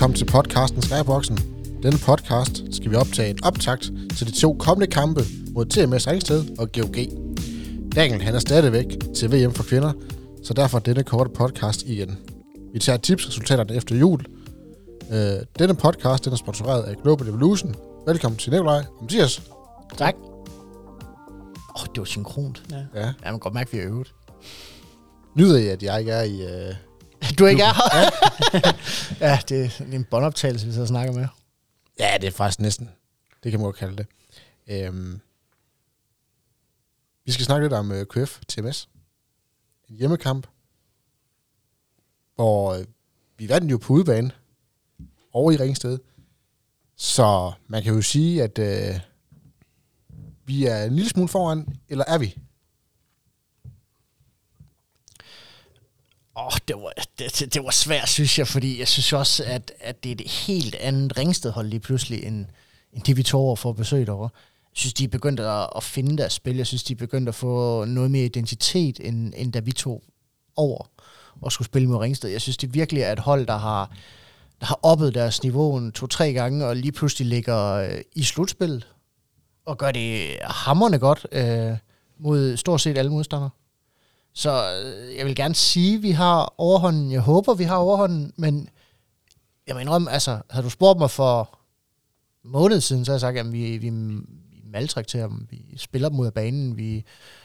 Velkommen til podcasten Skyboxen. Denne podcast skal vi optage en optakt til de 2 kommende kampe mod TMS Ringsted og GOG. Daniel han er stadigvæk til VM for kvinder, så derfor denne korte podcast igen. Vi tager tipsresultaterne efter jul. Denne podcast den er sponsoreret af Global Evolution. Velkommen til Nikolaj og Mathias. Tak. Det var synkront. Ja. Man kan godt mærke, at vi har øvet. Nyder I, at jeg ikke er i... Du ikke er her? Ja, det er en båndoptagelse, vi så snakker med. Ja, det er faktisk næsten. Det kan man godt kalde det. Vi skal snakke lidt om KF TMS. En hjemmekamp, hvor vi vandt jo på udebane over i Ringsted. Så man kan jo sige, at vi er en lille smule foran, eller er vi? Det var svært, synes jeg, fordi jeg synes også, at det er et helt andet Ringsted-hold lige pludselig, end det vi tog over for at besøge derovre. Jeg synes, de er begyndt at finde deres spil. Jeg synes, de er begyndt at få noget mere identitet, end da vi tog over og skulle spille mod Ringsted. Jeg synes, det virkelig er et hold, der har oppet deres niveau 2-3 gange, og lige pludselig ligger i slutspillet, og gør det hamrende godt mod stort set alle modstandere. Så jeg vil gerne sige, at vi har overhånden. Jeg håber, vi har overhånden, men jeg må indrømme, altså, havde du spurgt mig for en måned siden, så har jeg sagt, at vi maltrakterer dem, vi spiller dem ud af banen, vi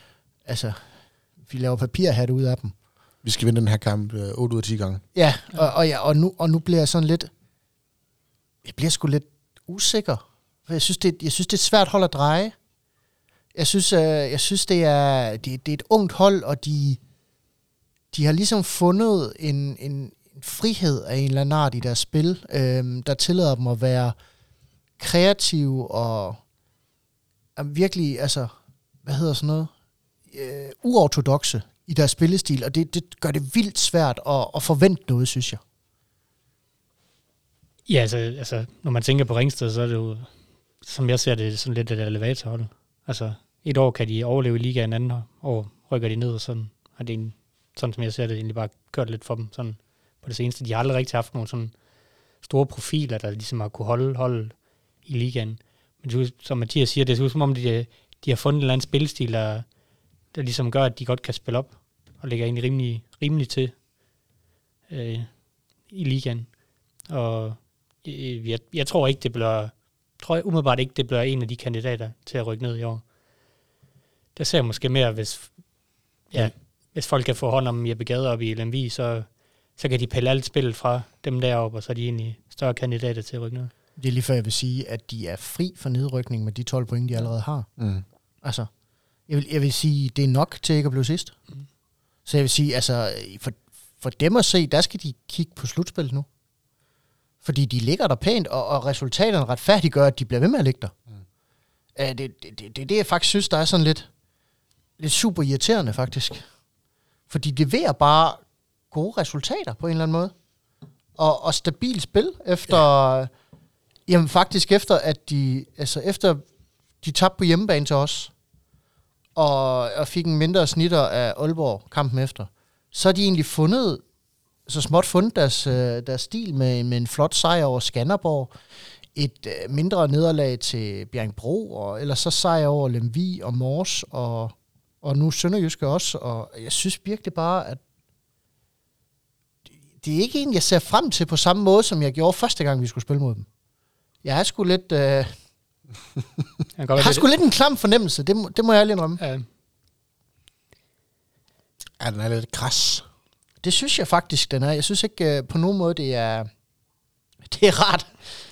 laver papirhat ud af dem. Vi skal vinde den her kamp 8 ud af 10 gange. Ja, og nu bliver jeg sådan lidt, jeg bliver sgu lidt usikker, for jeg synes, det er et svært hold at dreje. Jeg synes det er et ungt hold, og de har ligesom fundet en frihed af en eller anden art i deres spil, der tillader dem at være kreative og virkelig, uortodokse i deres spillestil, og det gør det vildt svært at forvente noget, synes jeg. Ja, altså når man tænker på Ringsted, så er det jo, som jeg ser det, sådan lidt et elevatorhold. Altså, et år kan de overleve i ligaen, anden år rykker de ned, og sådan har det sådan som jeg ser det, egentlig bare kørt lidt for dem sådan på det seneste. De har aldrig rigtig haft nogle sådan store profiler, der ligesom har kunne holde i ligaen. Men som Mathias siger, det er som om, de har fundet en eller anden spilstil, der ligesom gør, at de godt kan spille op og ligger egentlig rimelig til i ligaen. Og jeg tror umiddelbart ikke, det bliver en af de kandidater til at rykke ned i år. Der ser jeg måske mere, hvis folk kan få hånd om Jeppe Gade op i Lemvig, så kan de pille alt spillet fra dem deroppe, og så er de egentlig større kandidater til at rykke ned. Det er lige før jeg vil sige, at de er fri for nedrykning med de 12 point, de allerede har. Mm. Altså, jeg vil sige, det er nok til ikke at blive sidst. Mm. Så jeg vil sige, altså, for dem at se, der skal de kigge på slutspillet nu. Fordi de ligger der pænt, og resultaterne retfærdiggør, at de bliver ved med at ligge der. Mm. Det jeg faktisk synes, der er sådan lidt super irriterende, faktisk. Fordi de leverer bare gode resultater på en eller anden måde. Og stabilt spil efter... Jamen faktisk efter, at de tabte på hjemmebane til os, og fik en mindre snitter af Aalborg kampen efter, så har de egentlig fundet deres stil med en flot sejr over Skanderborg, et mindre nederlag til Bjerringbro, og ellers så sejr over Lemvig og Mors, og nu Sønderjyske også, og jeg synes virkelig bare, at det er ikke en, jeg ser frem til på samme måde, som jeg gjorde første gang, vi skulle spille mod dem. Jeg er sgu lidt... jeg har sgu lidt en klam fornemmelse, det må jeg lige indrømme. Ja, den er lidt kras. Det synes jeg faktisk, den er. Jeg synes ikke på nogen måde, det er rart.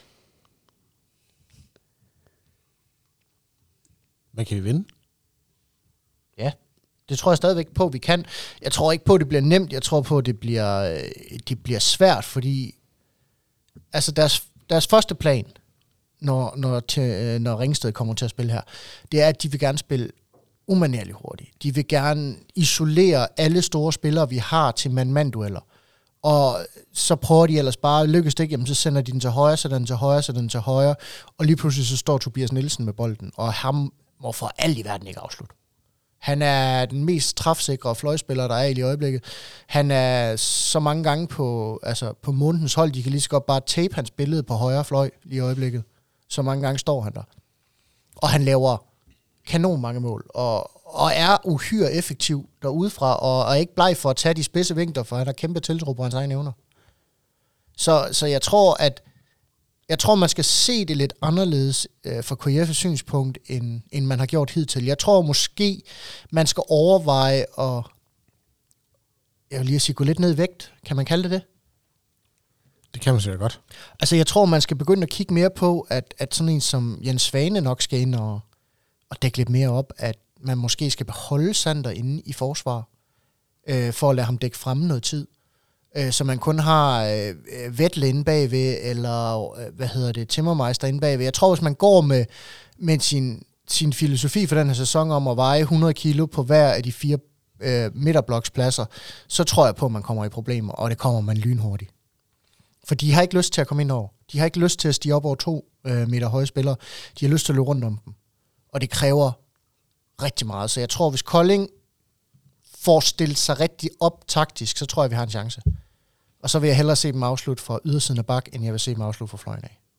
Men kan vi vinde? Ja. Det tror jeg stadigvæk på, vi kan. Jeg tror ikke på, at det bliver nemt. Jeg tror på, at det bliver svært, fordi deres første plan, når Ringsted kommer til at spille her, det er, at de vil gerne spille umanerligt hurtigt. De vil gerne isolere alle store spillere, vi har til mand-mand-dueller. Og så prøver de ellers bare, lykkes det ikke, jamen, så sender de den til højre, så den til højre, så den til højre, og lige pludselig så står Tobias Nielsen med bolden, og ham må for alt i verden ikke afslutte. Han er den mest træfsikre fløjspiller, der er i øjeblikket. Han er så mange gange på månedens hold, de kan lige så godt bare tape hans billede på højre fløj i øjeblikket. Så mange gange står han der. Og han laver kanon mange mål, og er uhyre effektiv derudefra, og er ikke bleg for at tage de spidse vinkler, for han har kæmpe tiltro på hans egne evner. Så jeg tror, man skal se det lidt anderledes fra KIF's synspunkt, end man har gjort hidtil. Jeg tror måske, man skal overveje at, jeg vil lige sige, gå lidt ned i vægt. Kan man kalde det? Det kan man sikkert godt. Altså, jeg tror, man skal begynde at kigge mere på, at sådan en som Jens Svane nok skal ind og dække lidt mere op, at man måske skal beholde Sander inde i forsvar, for at lade ham dække fremme noget tid. Så man kun har Vettel inde bagved, eller Timmermeister inde bagved. Jeg tror, hvis man går med sin filosofi for den her sæson om at veje 100 kilo på hver af de 4 midterblokspladser, så tror jeg på, at man kommer i problemer, og det kommer man lynhurtigt. For de har ikke lyst til at komme ind over. De har ikke lyst til at stige op over 2 meter høje spillere. De har lyst til at løbe rundt om dem. Og det kræver rigtig meget. Så jeg tror, hvis Kolding får stillet sig rigtig op taktisk, så tror jeg, vi har en chance. Og så vil jeg hellere se dem afslutte fra ydersiden af bak, end jeg vil se dem afslutte fra fløjen af.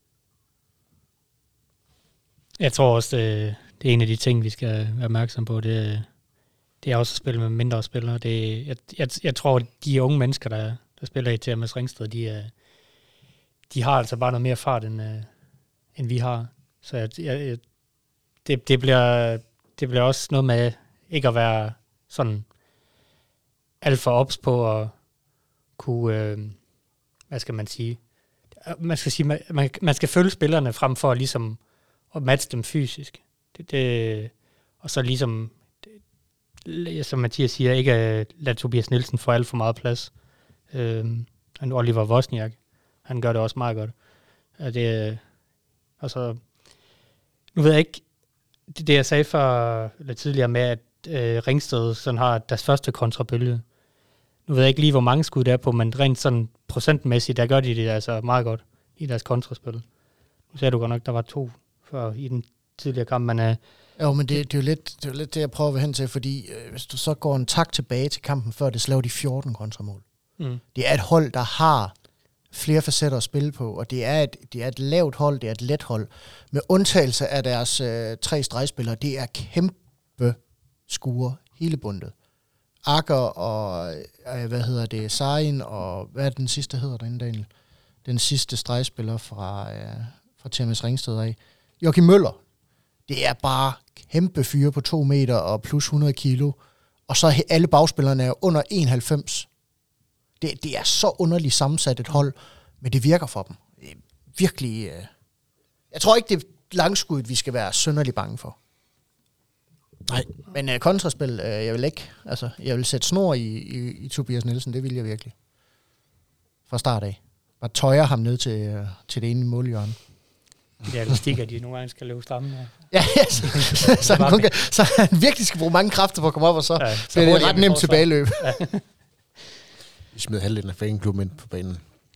Jeg tror også, det er en af de ting, vi skal være opmærksom på. Det er også at spille med mindre spillere. Jeg tror, at de unge mennesker, der spiller i TMS Ringsted, de har altså bare noget mere fart, end vi har. Så det bliver også noget med ikke at være sådan alt for ops på at kunne, hvad skal man sige? Man skal følge spillerne frem for ligesom at matche dem fysisk. Og så ligesom, som Mathias siger, ikke lade Tobias Nielsen få alt for meget plads. Oliver Wozniak, han gør det også meget godt. Altså, nu ved jeg ikke, det jeg sagde for lidt tidligere med, at Ringsted sådan har deres første kontrabølge. Nu ved jeg ikke lige, hvor mange skud det er på, men rent sådan procentmæssigt, der gør de det altså meget godt i deres kontraspil. Nu sagde du godt nok, der var 2 før i den tidligere kamp, men... Jo, men det er jo lidt det, jeg prøver at hen til, fordi hvis du så går en tak tilbage til kampen før, det laver de 14 kontramål. Mm. Det er et hold, der har flere facetter at spille på, og det er et lavt hold, det er et let hold. Med undtagelse af deres 3 stregspillere, det er kæmpe skuer hele bundet. Akker og, Sarin, og hvad er den sidste hedder derinde, Daniel? Den sidste stregspiller fra TMS Ringsted af. Joachim Møller. Det er bare kæmpe fyre på 2 meter og plus 100 kilo. Og så alle bagspillerne er under 91. Det er så underligt sammensat et hold, men det virker for dem. Det er virkelig... Jeg tror ikke, det er langskuddet, vi skal være synderligt bange for. Nej. Men kontraspil, jeg vil ikke. Altså, jeg vil sætte snor i Tobias Nielsen, det vil jeg virkelig. Fra start af. Bare tøjer ham ned til det ene målhjørne. Ja, det stikker, de nogle gange skal løbe stramme. Ja, så han virkelig skal bruge mange kræfter for at komme op, og så bliver det ret nemt tilbageløb. Ja. Vi smed halvdelen af fanklubben ind på banen.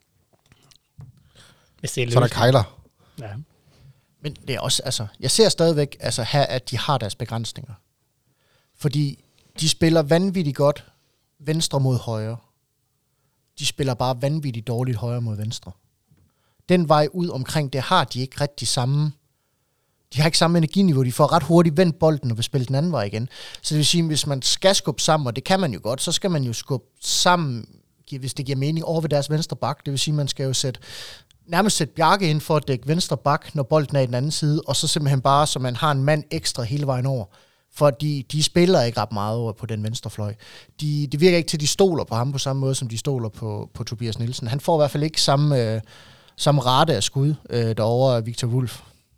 Så er der Kejler. Ja. Men det er også, altså, jeg ser stadigvæk, altså her, at de har deres begrænsninger. Fordi de spiller vanvittigt godt venstre mod højre. De spiller bare vanvittigt dårligt højre mod venstre. Den vej ud omkring, det har de ikke rigtig samme. De har ikke samme energiniveau. De får ret hurtigt vendt bolden og vil spille den anden vej igen. Så det vil sige, hvis man skal skubbe sammen, og det kan man jo godt, så skal man jo skubbe sammen, hvis det giver mening, over ved deres venstre bak. Det vil sige, man skal jo nærmest sætte Bjarke ind for at dække venstre bak, når bolden er i den anden side, og så simpelthen bare, så man har en mand ekstra hele vejen over. Fordi de spiller ikke ret meget over på den venstre fløj. Det virker ikke til, at de stoler på ham på samme måde, som de stoler på Tobias Nielsen. Han får i hvert fald ikke samme rate af skud derovre af Victor Wulff.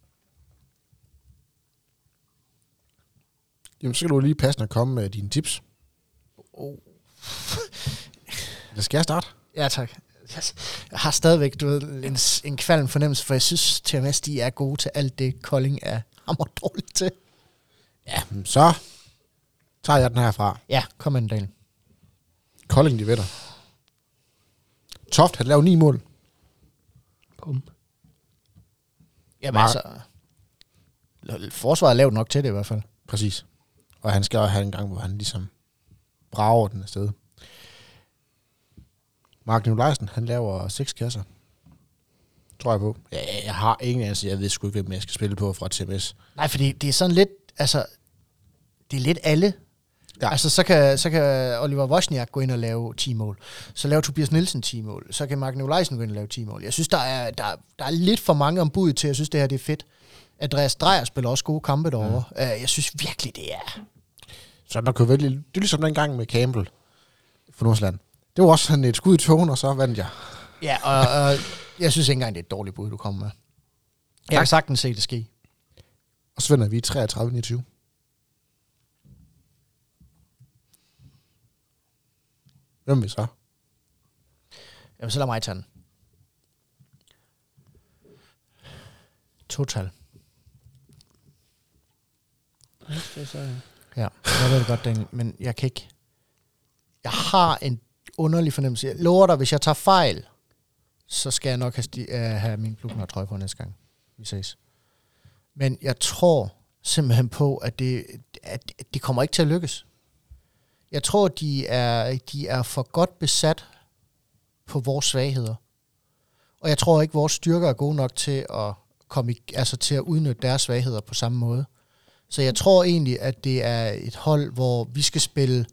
Jamen, så skal du lige passende komme med dine tips. Det skal jeg starte. Ja, tak. Jeg har stadigvæk en kvalm fornemmelse, for jeg synes, TMS, de er gode til alt det, Kolding er hammer dårligt til. Ja, så tager jeg den herfra. Ja, kom med den, Daniel. Kolding, de vinder. Toft har lavet 9 mål. Bum. Jamen altså, forsvaret er lavt nok til det i hvert fald. Præcis. Og han skal også have en gang, hvor han ligesom brager den afsted. Mark Nikolajsen, han laver 6 kasser. Tror jeg på. Ja, jeg har ingen anelse. Jeg ved sgu ikke, hvem jeg skal spille på fra TMS. Nej, fordi det er sådan lidt, altså, det er lidt alle. Ja. Altså, så kan Oliver Wozniak gå ind og lave 10 mål. Så laver Tobias Nielsen 10 mål. Så kan Mark Nikolajsen gå ind og lave 10 mål. Jeg synes, der er lidt for mange om budet til. Jeg synes, det her det er fedt. Andreas Dreyer spiller også gode kampe derovre. Jeg synes virkelig, det er... Så der kunne vælge... Det er ligesom den gang med Campbell for Nordsjælland. Det var også sådan et skud i togen, og så vandt jeg. Ja, og jeg synes ikke engang, det er et dårligt bud, du kommer med. Jeg kan sagtens se det ske. Og så vinder vi 33-29. Hvem vil så? Jamen, så lad mig tage den. Total. Ja, jeg ved det godt, Daniel, men jeg kan ikke... Jeg har en underlig fornemmelse. Jeg lover dig, hvis jeg tager fejl, så skal jeg nok have min klubben trøje på næste gang. Vi ses. Men jeg tror simpelthen på, at det kommer ikke til at lykkes. Jeg tror, de er for godt besat på vores svagheder. Og jeg tror ikke, vores styrker er gode nok til at til at udnytte deres svagheder på samme måde. Så jeg tror egentlig, at det er et hold, hvor vi skal spille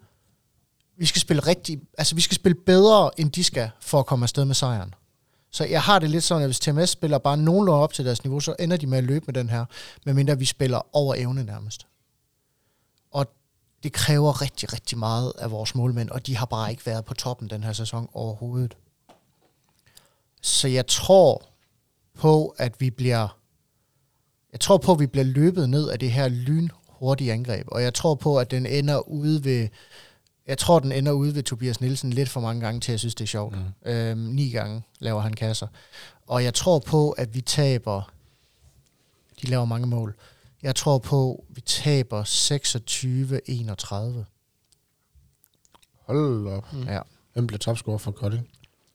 vi skal spille bedre, end de skal, for at komme afsted med sejren. Så jeg har det lidt sådan, at hvis TMS spiller bare nogenlunde op til deres niveau, så ender de med at løbe med den her, medmindre vi spiller over evne nærmest. Og det kræver rigtig, rigtig meget af vores målmænd, og de har bare ikke været på toppen den her sæson overhovedet. Så jeg tror på, at vi bliver løbet ned af det her lynhurtige angreb, og jeg tror på, at den ender ude ved Tobias Nielsen lidt for mange gange til, at jeg synes, det er sjovt. 9 gange laver han kasser. Og jeg tror på, at vi taber... De laver mange mål. Jeg tror på, at vi taber 26-31. Hold op. Ja. Hvem bliver topscorer for Kolding?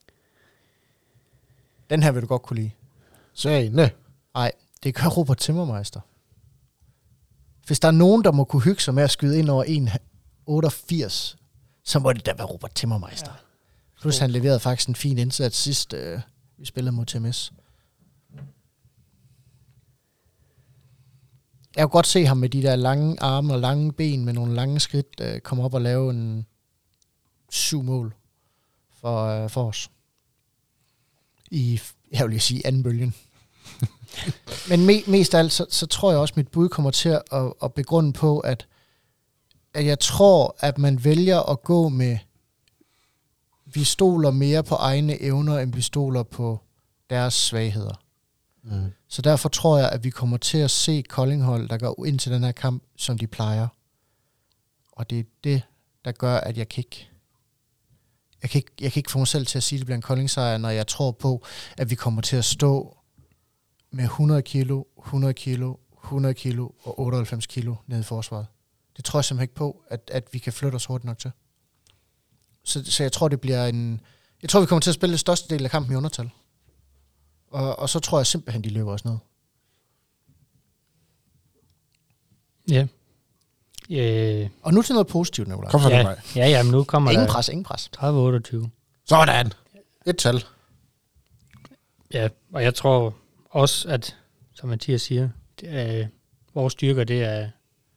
Den her vil du godt kunne lide. Sagende. Nej, det gør Robert Timmermeister. Hvis der er nogen, der må kunne hygge sig med at skyde ind over 1,88, så må det da være Robert Timmermeister. Ja. Plus han leverede faktisk en fin indsats sidst, vi spillede mod TMS. Jeg kunne godt se ham med de der lange arme og lange ben med nogle lange skridt komme op og lave en 7 mål for os. Jeg vil lige sige anden bølgen. Men mest af alt, så tror jeg også, mit bud kommer til at begrunde på, at jeg tror, at man vælger at gå med, vi stoler mere på egne evner, end vi stoler på deres svagheder. Mm. Så derfor tror jeg, at vi kommer til at se Koldinghold, der går ind til den her kamp, som de plejer. Og det er det, der gør, at jeg kan ikke få mig selv til at sige, at det bliver en Kolding-sejr, når jeg tror på, at vi kommer til at stå med 100 kilo, 100 kilo, 100 kilo og 98 kilo nede i forsvaret. Det tror jeg simpelthen ikke på, at vi kan flytte os hurtigt nok til. Så jeg tror, det bliver jeg tror, vi kommer til at spille det største del af kampen i undertal. Og så tror jeg simpelthen, de løber os ned. Ja. Yeah. Og nu til noget positivt, Nicolaj. Kom så, Nicolaj. Ja, men nu kommer ingen pres. 30-28. Sådan. Et tal. Ja, og jeg tror også, at, som Mathias siger, vores styrker, det er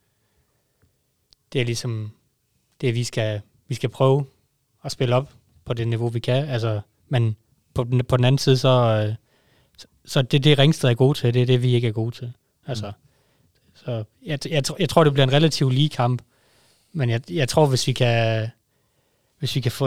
ligesom det, vi skal prøve at spille op på det niveau, vi kan. Altså, men på den anden side, så det Ringsted er gode til, det er det, vi ikke er gode til. Altså, så jeg tror, det bliver en relativt lige kamp, men jeg tror, hvis vi kan få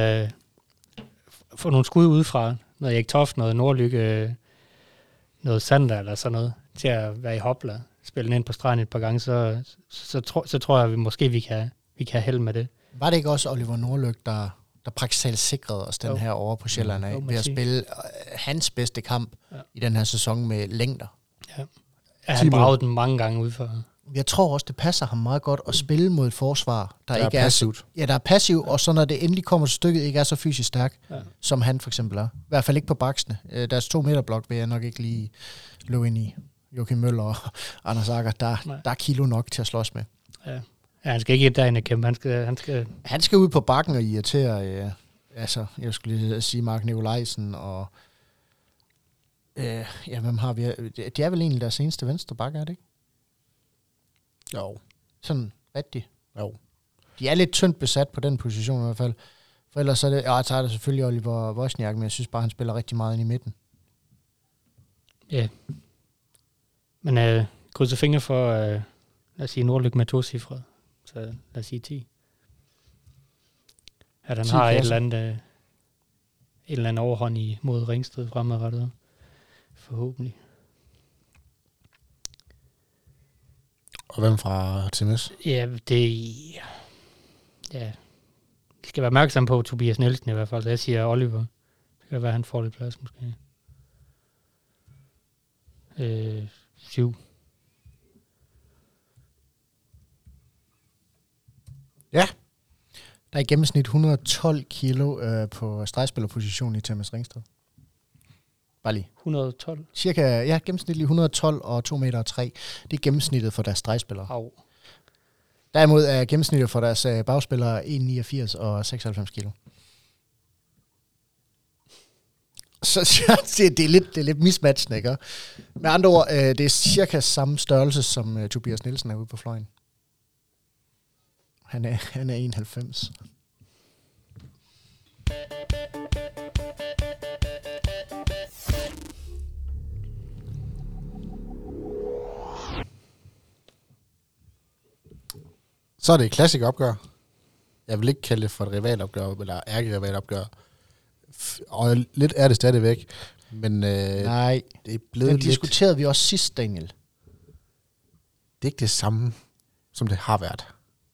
få nogle skud udefra, noget Erik Toft, noget Nordlykke, noget Sander eller sådan noget, til at være i hopla, spille den ind på stregen et par gange, så tror jeg, at vi kan have held med det. Var det ikke også Oliver Nordlykke, der praktisk talt sikrede os den her over på Sjælland af, ved at spille hans bedste kamp i den her sæson med længder? Ja, han bragede den mange gange ud for. Jeg tror også, det passer ham meget godt at spille mod et forsvar, der ikke er passivt. Ja, der er passivt, og så når det endelig kommer til stykket, ikke er så fysisk stærk, som han for eksempel er. I hvert fald ikke på baksene. Deres 2 meter blok vil jeg nok ikke lige løbe ind i. Joachim Møller og Anders Akker, der er kilo nok til at slås med. Ja. Ja, han skal ikke derinde kæmpe. Han skal ud på bakken og irritere, jeg skulle lige sige Mark Nikolajsen, og hvem har vi? Det er vel egentlig deres eneste venstre bakke, er det ikke? Jo. Sådan rigtigt. Jo. De er lidt tyndt besat på den position i hvert fald. For ellers er det, jeg tager det selvfølgelig Oliver Wozniak, men jeg synes bare, han spiller rigtig meget ind i midten. Ja. Men krydser fingre for, lad os sige, Nordlyk med 2-cifret. Så lad os sige 10. At han har et eller andet overhånd mod Ringsted fremadrettet. Forhåbentlig. Og hvem fra TMS? Ja, vi skal være opmærksom på Tobias Nielsen i hvert fald. Jeg siger Oliver. Det kan være, han får lidt plads måske. 7. Ja. Der er i gennemsnit 112 kilo på stregspillerpositionen i TMS Ringsted. Bare lige. 112? Cirka, gennemsnitlig 112 og 2,3 meter. Det er gennemsnittet for deres stregspillere. Au. Derimod er gennemsnittet for deres bagspillere 1,89 og 96 kilo. Så det er lidt mismatchende, ikke? Med andre ord, det er cirka samme størrelse, som Tobias Nielsen er ude på fløjen. Han er 91. Så er det et klassikopgør. Jeg vil ikke kalde det for et rivalopgør, eller ærkerivalopgør. Og lidt er det stadigvæk. Men nej, det er blevet den lidt... diskuterede vi også sidst, Daniel. Det er ikke det samme, som det har været.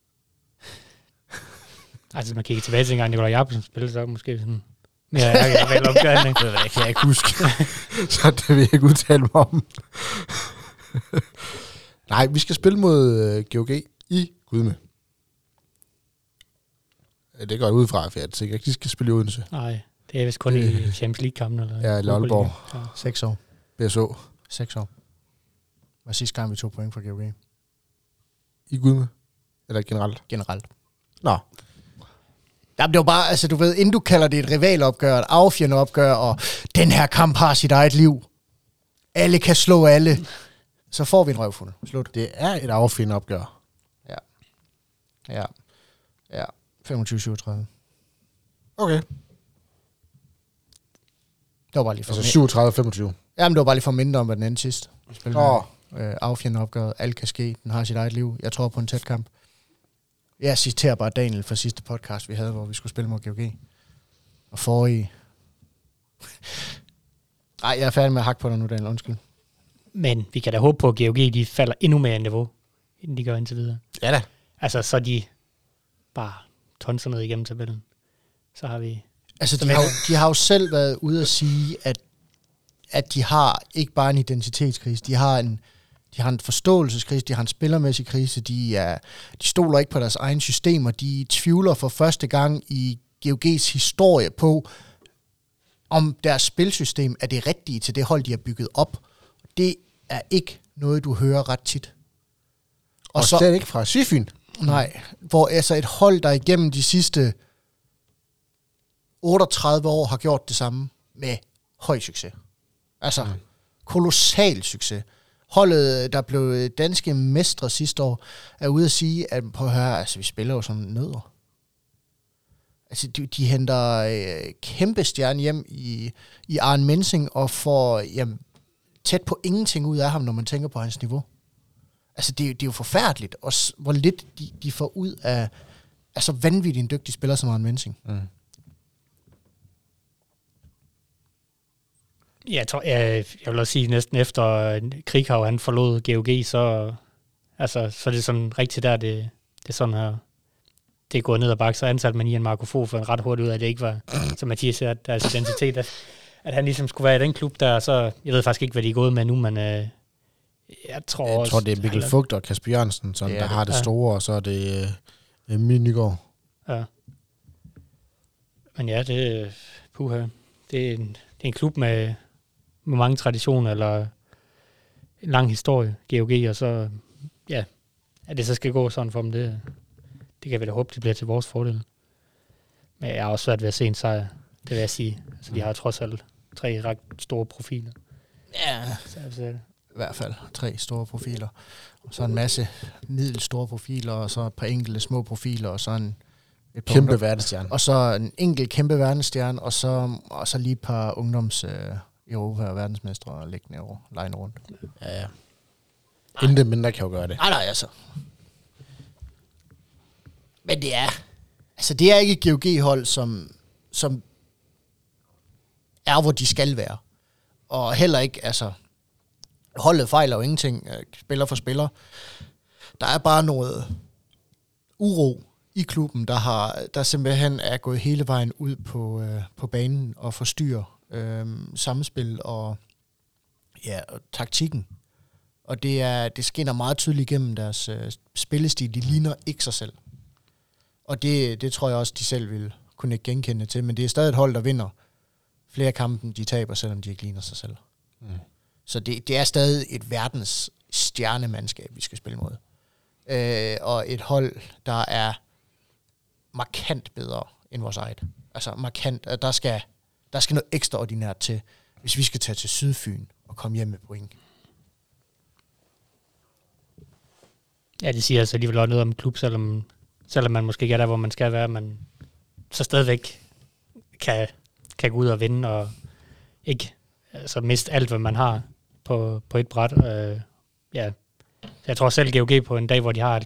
Altså, man kigger tilbage til en gang, Nikolaj Jacobsen spillede, så måske sådan mere ærkerivalopgør. Det kan jeg ikke huske. Så det vil jeg ikke udtale mig om. Nej, vi skal spille mod GOG i Gudme. Det går ud fra, for jeg tænker ikke, de skal spille i Odense. Nej, det er vist kun i Champions League-kampen. Eller ja, i Aalborg. Ja. 6 år. BSO. 6 år. Var sidste gang, vi tog point fra GOG. I Gudme? Eller generelt? Generelt. Nå. Jamen, det var bare, altså du ved, inden du kalder det et rivalopgør, et affjendeopgør, og den her kamp har sit eget liv. Alle kan slå alle. Så får vi en røvfuld. Slut. Det er et affjendeopgør. Ja. 25-37. Okay. Det var bare lige for altså 37-25. Jamen, det var bare lige for mindre om, hvad den anden sidst. Affjendeopgøret. Alt kan ske. Den har sit eget liv. Jeg tror på en tæt kamp. Jeg citerer bare Daniel fra sidste podcast, vi havde, hvor vi skulle spille mod GOG. Og forrige... Nej, jeg er færdig med at hakke på dig nu, Daniel. Undskyld. Men vi kan da håbe på, at GOG de falder endnu mere i niveau, end de gør indtil videre. Ja da. Altså, så de bare tonser ned igennem tabellen. Så har vi... Altså, de har jo selv været ude at sige, at de har ikke bare en identitetskrise, de har en forståelseskrise, de har en spillermæssig krise, de stoler ikke på deres egne systemer, de tvivler for første gang i GOG's historie på, om deres spilsystem er det rigtige til det hold, de har bygget op. Det er ikke noget, du hører ret tit. Og så slet ikke fra Syfyn. Nej, hvor altså et hold, der igennem de sidste 38 år har gjort det samme med høj succes. Altså, kolossal succes. Holdet, der blev danske mestre sidste år, er ude at sige, at på her, altså vi spiller jo som nødder. Altså, de henter kæmpe stjerne hjem i Arne Mensing, og får tæt på ingenting ud af ham, når man tænker på hans niveau. Altså, det er jo forfærdeligt, og hvor lidt de får ud af altså vanvittigt en dygtig spiller som Arne Mensing. Mm. Jeg vil også sige, næsten efter Krighav, han forlod GOG, så er det sådan rigtigt der, det er sådan her, det er gået ned ad bakke, så ansatte man Ian Marco Fogh for en ret hurtigt ud af, at det ikke var, som Mathias siger, deres identitet, at han ligesom skulle være i den klub der, så jeg ved faktisk ikke, hvad de er gået med nu, men jeg tror det er Mikkel Fugt og Kasper Jørgensen, der har det store, og så er det Emil Nygaard. Ja. Men ja, det er en klub med mange traditioner, eller en lang historie, GOG, og så, ja, at det så skal gå sådan for dem, det det kan vi da håbe, det bliver til vores fordel. Men jeg har også svært ved at se en sejr, det vil jeg sige. Altså, de har trods alt 3 ret store profiler. Ja, Så i hvert fald 3 store profiler. Og så en masse middelstore profiler, og så et par enkelte små profiler, og så en Kæmpe verdensstjerne. Og så en enkelt kæmpe verdensstjerne, og så lige et par ungdoms Europa og verdensmestre liggende over, lejende rundt. Ja. Intet mindre kan jo gøre det. Nej, altså. Men det er ikke et GOG-hold, som er, hvor de skal være. Og heller ikke, altså, holdet fejler jo ingenting, spiller for spiller. Der er bare noget uro i klubben, der simpelthen er gået hele vejen ud på banen og forstyrrer samspil og taktikken. Og det skinner meget tydeligt igennem deres spillestil. De ligner ikke sig selv. Og det tror jeg også, de selv vil kunne ikke genkende til. Men det er stadig et hold, der vinder flere kampe, end de taber, selvom de ikke ligner sig selv. Mm. Så det er stadig et verdens stjernemandskab, vi skal spille mod. Og et hold, der er markant bedre end vores eget. Altså markant. Der skal noget ekstraordinært til, hvis vi skal tage til Sydfyn og komme hjem med point. Ja, det siger altså alligevel også noget om klub, selvom man måske ikke er der, hvor man skal være, men så stadigvæk kan gå ud og vinde, og ikke altså miste alt, hvad man har på et bræt. Ja, jeg tror selv GOG på en dag, hvor de har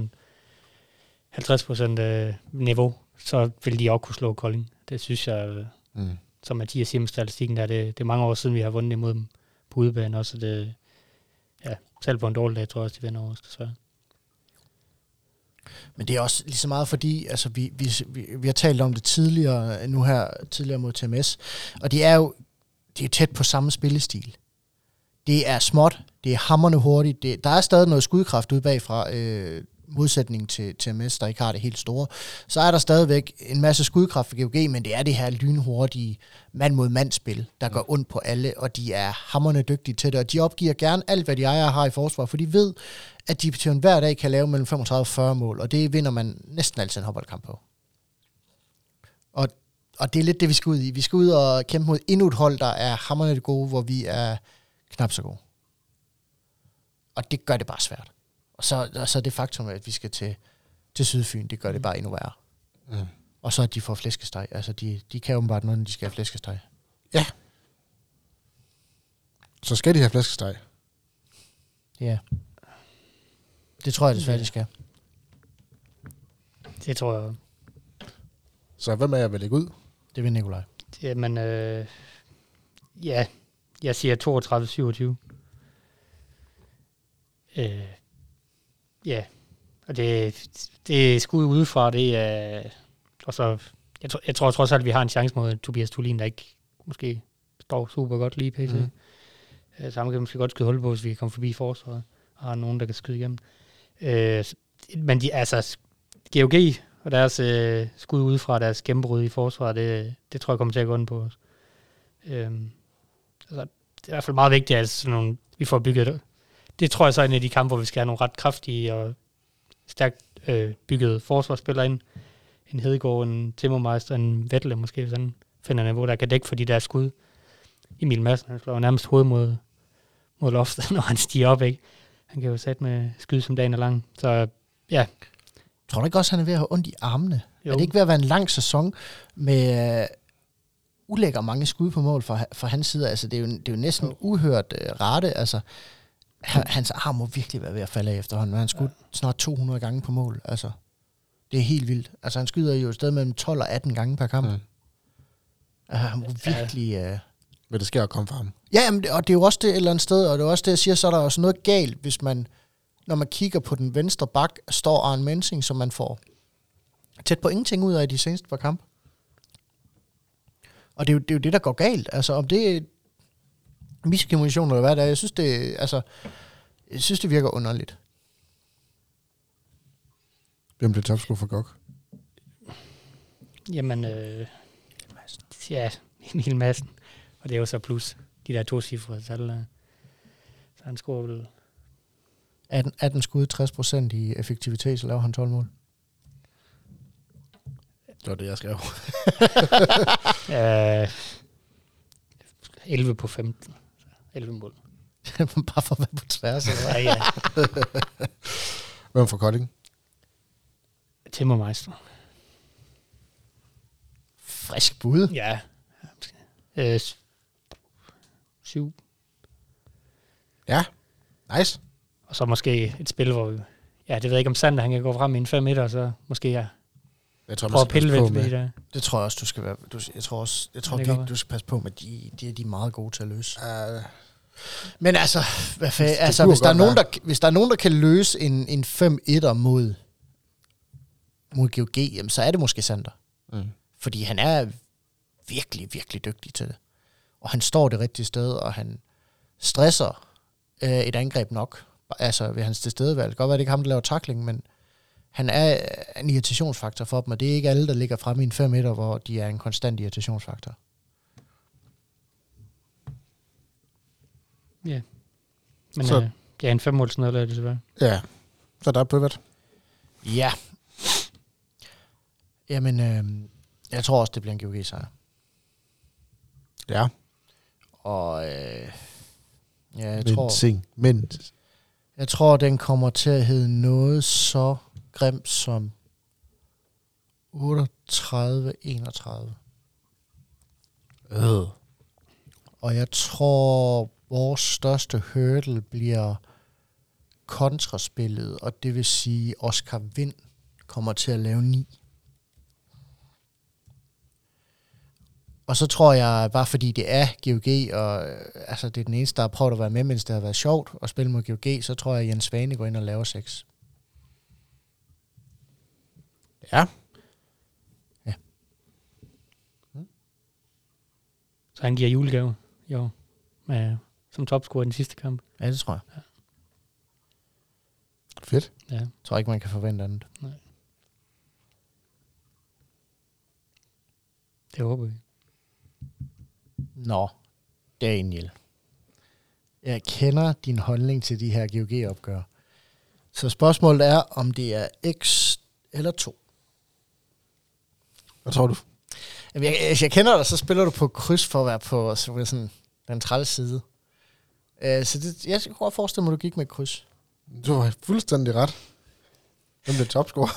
50% niveau, så vil de også kunne slå Kolding. Det synes jeg, som Mathias siger med statistikken der, det er mange år siden, vi har vundet imod dem på udebane også. Det, ja, selv på en dårlig dag, tror jeg også, de vinder over os, desværre. Men det er også lige så meget fordi, altså vi har talt om det tidligere mod TMS, og det er jo tæt på samme spillestil. Det er småt, det er hamrende hurtigt, der er stadig noget skudkraft ude bagfra, modsætning til TMS, der ikke har det helt store. Så er der stadigvæk en masse skudkraft for GOG, men det er det her lynhurtige mand-mod-mand-spil, der går ondt på alle, og de er hamrende dygtige til det, og de opgiver gerne alt, hvad de ejer har i forsvar, for de ved, at de til hver dag kan lave mellem 35 og 40 mål, og det vinder man næsten altid en håndboldkamp på. Og det er lidt det, vi skal ud i. Vi skal ud og kæmpe mod endnu et hold, der er hamrende gode, hvor vi er knap så gode. Og det gør det bare svært. Og så det faktum, at vi skal til Sydfyn, det gør det bare endnu værre. Mm. Og så at de får flæskesteg. Altså, de kan jo bare noget, når de skal have flæskesteg. Ja. Så skal de have flæskesteg. Ja. Det tror jeg desværre, de skal. Det tror jeg. Så hvem er jeg vil lægge ud? Det vil Nikolaj. Jamen, ja. Jeg siger 32-27. Ja. Og det er skud udefra, det er... Og så... Jeg tror trods alt, at vi har en chance mod Tobias Thulin, der ikke måske står super godt lige pt. Så han kan måske godt skyde hul på, hvis vi kan komme forbi forsvaret, og har nogen, der kan skyde igennem. Men GOG og deres skud udefra, deres gennembrud i forsvaret, det tror jeg kommer til at gå ind på os. Altså, det er i hvert fald meget vigtigt, at sådan nogle, vi får bygget. Det tror jeg så er en af de kampe, hvor vi skal have nogle ret kraftige og stærkt byggede forsvarsspillere ind. En Hedegaard, en Timmermeister, en Vettel måske, hvis han finder niveau, der kan dække for de der skud. Emil Madsen, han slår nærmest hovedet mod loftet, når han stiger op, ikke? Han kan jo sætte med skyde som dagen er lang. Så ja. Tror du ikke også, han er ved at have ondt i armene? Jo. Er det ikke ved at være en lang sæson med ulækker mange skud på mål fra hans side? Altså, det er jo næsten uhørt rate. Altså, hans arm må virkelig være ved at falde af efterhånden. Han skudt snart 200 gange på mål. Altså, det er helt vildt. Altså, han skyder jo et sted mellem 12 og 18 gange per kamp. Han må virkelig... Men det skal jo komme fra ham. Ja, men, og det er jo også det et eller andet sted, og det er også det, jeg siger, så er der også noget galt, hvis man, når man kigger på den venstre bak, står Arne Mensing, som man får tæt på ingenting ud af i de seneste par kampe. Og det er jo det, der går galt. Altså, om det er miskommunikation eller hvad det er, jeg synes, det virker underligt. Hvem bliver topscorer for GOG? Jamen, ja, Emil Madsen. Og det er jo så plus de der 2 cifre tal. Så han scorer vel... 18 skud, 60% i effektivitet, så laver han 12 mål. Det var det, jeg skrev. 11 på 15. 11 mål. Bare for at være på tværs. Eller? Ja. Hvem for Kolding? Timmermeister. Frisk bud. Ja. 7. Ja, nice. Og så måske et spil, hvor vi... Ja, det ved jeg ikke, om Sander han kan gå frem i en 5 meter, så måske jeg prøver at pille lidt med det. Det tror jeg også, du skal være... Jeg tror virkelig, du skal passe på med, de er meget gode til at løse. Men altså, hvis der er nogen, der kan løse en 5-1'er mod GOG, jamen, så er det måske Sander. Mm. Fordi han er virkelig, virkelig dygtig til det. Og han står det rigtige sted, og han stresser et angreb nok. Altså ved hans tilstedevalg. Det kan godt være, det ikke ham, der laver tackling, men han er en irritationsfaktor for dem, og det er ikke alle, der ligger fremme i en 5 meter, hvor de er en konstant irritationsfaktor. Ja. Men så, en 5-målsnød er det selvfølgelig. Ja, så der er pivot. Ja. Jamen, jeg tror også, det bliver en GOG-sejr. Ja. Og jeg tror, den kommer til at hedde noget så grimt som 38-31. Og jeg tror, vores største hurdle bliver kontraspillet, og det vil sige, Oscar Vind kommer til at lave 9. Og så tror jeg, bare fordi det er GOG, og altså det er den eneste, der har prøvet at være med, mens det har været sjovt at spille mod GOG, så tror jeg, at Jens Svane går ind og laver 6. Ja. Ja. Så han giver julegave i år, som topscorer i den sidste kamp. Ja, det tror jeg. Ja. Fedt. Ja. Jeg tror ikke, man kan forvente andet. Nej. Det håber vi. Nå, Daniel. Jeg kender din holdning til de her GOG-opgør. Så spørgsmålet er, om det er X eller 2. Hvad tror du? Hvis jeg kender dig, så spiller du på kryds for at være på sådan den træls side. Så det, jeg kan godt forestille mig, at du gik med kryds. Du har fuldstændig ret. Hvem bliver topscorer?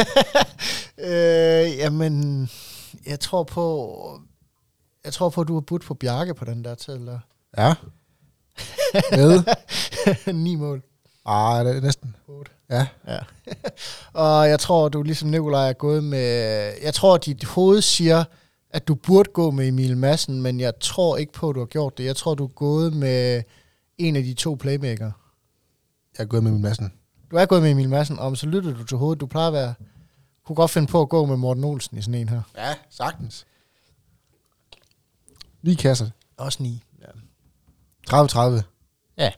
Jamen, jeg tror på, at du har budt på Bjarke på den der til, eller? Ja. Med? 9 mål. Det er næsten. 8. Ja. Og jeg tror, du ligesom Nikolaj er gået med... Jeg tror, at dit hoved siger, at du burde gå med Emil Madsen, men jeg tror ikke på, at du har gjort det. Jeg tror, du er gået med en af de 2 playmakere. Jeg er gået med Emil Madsen. Du er gået med Emil Madsen, og så lytter du til hovedet. Du plejer at være... Kunne godt finde på at gå med Morten Olsen i sådan en her. Ja, sagtens. 9 kasser. Også 9. Ja. 30-30. Ja.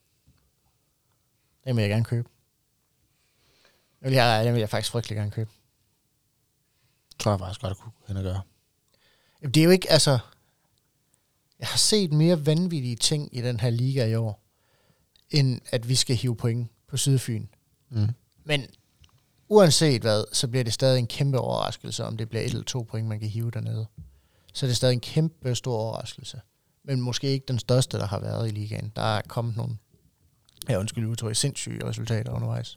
Det vil jeg gerne købe. Den vil jeg faktisk frygtelig gerne købe. Tror jeg faktisk godt, at kunne hen og gøre. Det er jo ikke, altså... Jeg har set mere vanvittige ting i den her liga i år, end at vi skal hive point på Sydfyn. Mm. Men uanset hvad, så bliver det stadig en kæmpe overraskelse, om det bliver 1 eller 2 point, man kan hive dernede. Så det er stadig en kæmpe stor overraskelse. Men måske ikke den største, der har været i ligaen. Der er kommet nogle, sindssyge resultater undervejs.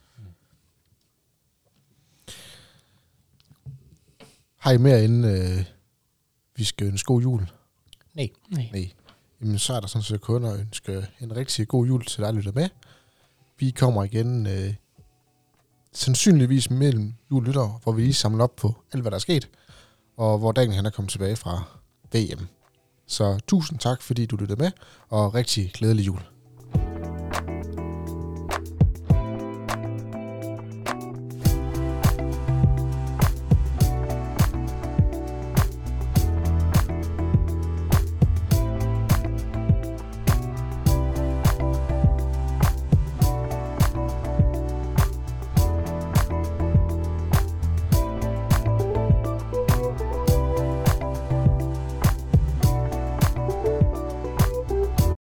Har I mere inden vi skal ønske god jul? Nej. Jamen, så er der sådan set kun at ønske en rigtig god jul til dig, der lytter med. Vi kommer igen sandsynligvis mellem jul og nytår, hvor vi lige samler op på alt, hvad der er sket, og hvor Daniel han er kommet tilbage fra VM. Så tusind tak, fordi du lyttede med, og rigtig glædelig jul.